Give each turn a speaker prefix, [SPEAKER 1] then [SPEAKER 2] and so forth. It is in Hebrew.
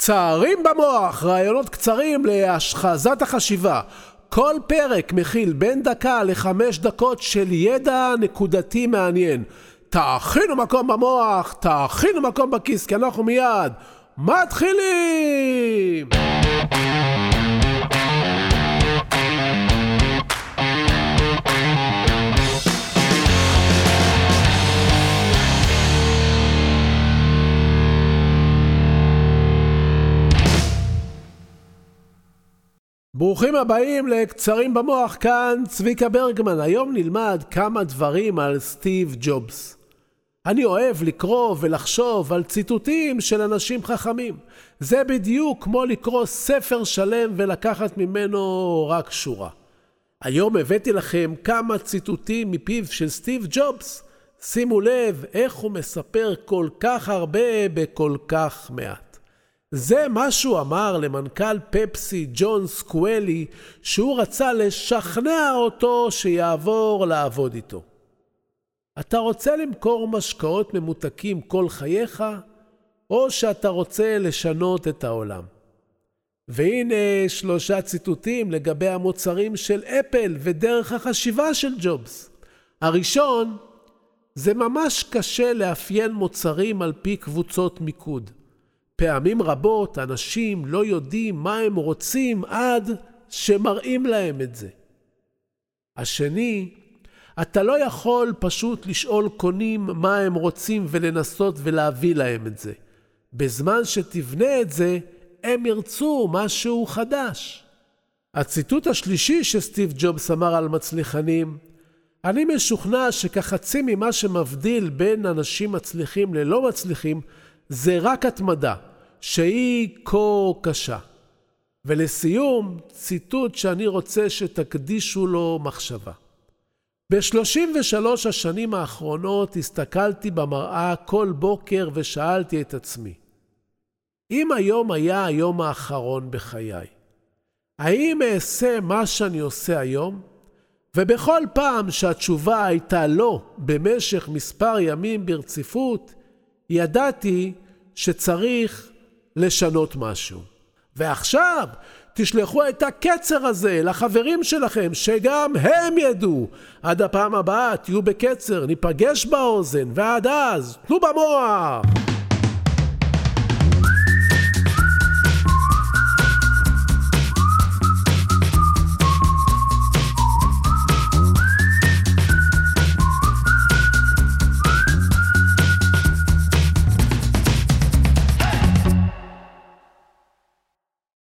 [SPEAKER 1] קצרים במוח, רעיונות קצרים להשחזת החשיבה. כל פרק מכיל בין דקה ל5 דקות של ידע נקודתי מעניין. תאכינו מקום במוח, תאכינו מקום בכיס, כי אנחנו מיד מתחילים! ברוכים הבאים לקצרים במוח, כאן צביקה ברגמן. היום נלמד כמה דברים על סטיב ג'ובס. אני אוהב לקרוא ולחשוב על ציטוטים של אנשים חכמים. זה בדיוק כמו לקרוא ספר שלם ולקחת ממנו רק שורה. היום הבאתי לכם כמה ציטוטים מפיו של סטיב ג'ובס. שימו לב איך הוא מספר כל כך הרבה בכל כך מעט. זה מה שהוא אמר למנכ"ל פפסי ג'ון סקואלי, שהוא רצה לשכנע אותו שיעבור לעבוד איתו. אתה רוצה למכור משקאות ממותקים כל חייך, או שאתה רוצה לשנות את העולם? והנה 3 ציטוטים לגבי המוצרים של אפל ודרך החשיבה של ג'ובס. הראשון, זה ממש קשה לאפיין מוצרים על פי קבוצות מיקוד. פעמים רבות אנשים לא יודעים מה הם רוצים עד שמראים להם את זה. השני, אתה לא יכול פשוט לשאול קונים מה הם רוצים ולנסות ולהביא להם את זה. בזמן שתבנה את זה, הם ירצו משהו חדש. הציטוט השלישי שסטיב ג'ובס אמר על מצליחנים, אני משוכנע שכחצי ממה שמבדיל בין אנשים מצליחים ללא מצליחים, זה רק התמדה, שהיא כה קשה. ולסיום, ציטוט שאני רוצה שתקדישו לו מחשבה. ב-33 השנים האחרונות הסתכלתי במראה כל בוקר ושאלתי את עצמי, אם היום היה היום האחרון בחיי, האם אעשה מה שאני עושה היום? ובכל פעם שהתשובה הייתה לא במשך מספר ימים ברציפות, ידעתי שצריך לשנות משהו. ועכשיו תשלחו את הקצר הזה לחברים שלכם, שגם הם ידעו. עד הפעם הבאה תהיו בקצר, ניפגש באוזן, ועד אז תנו במוח!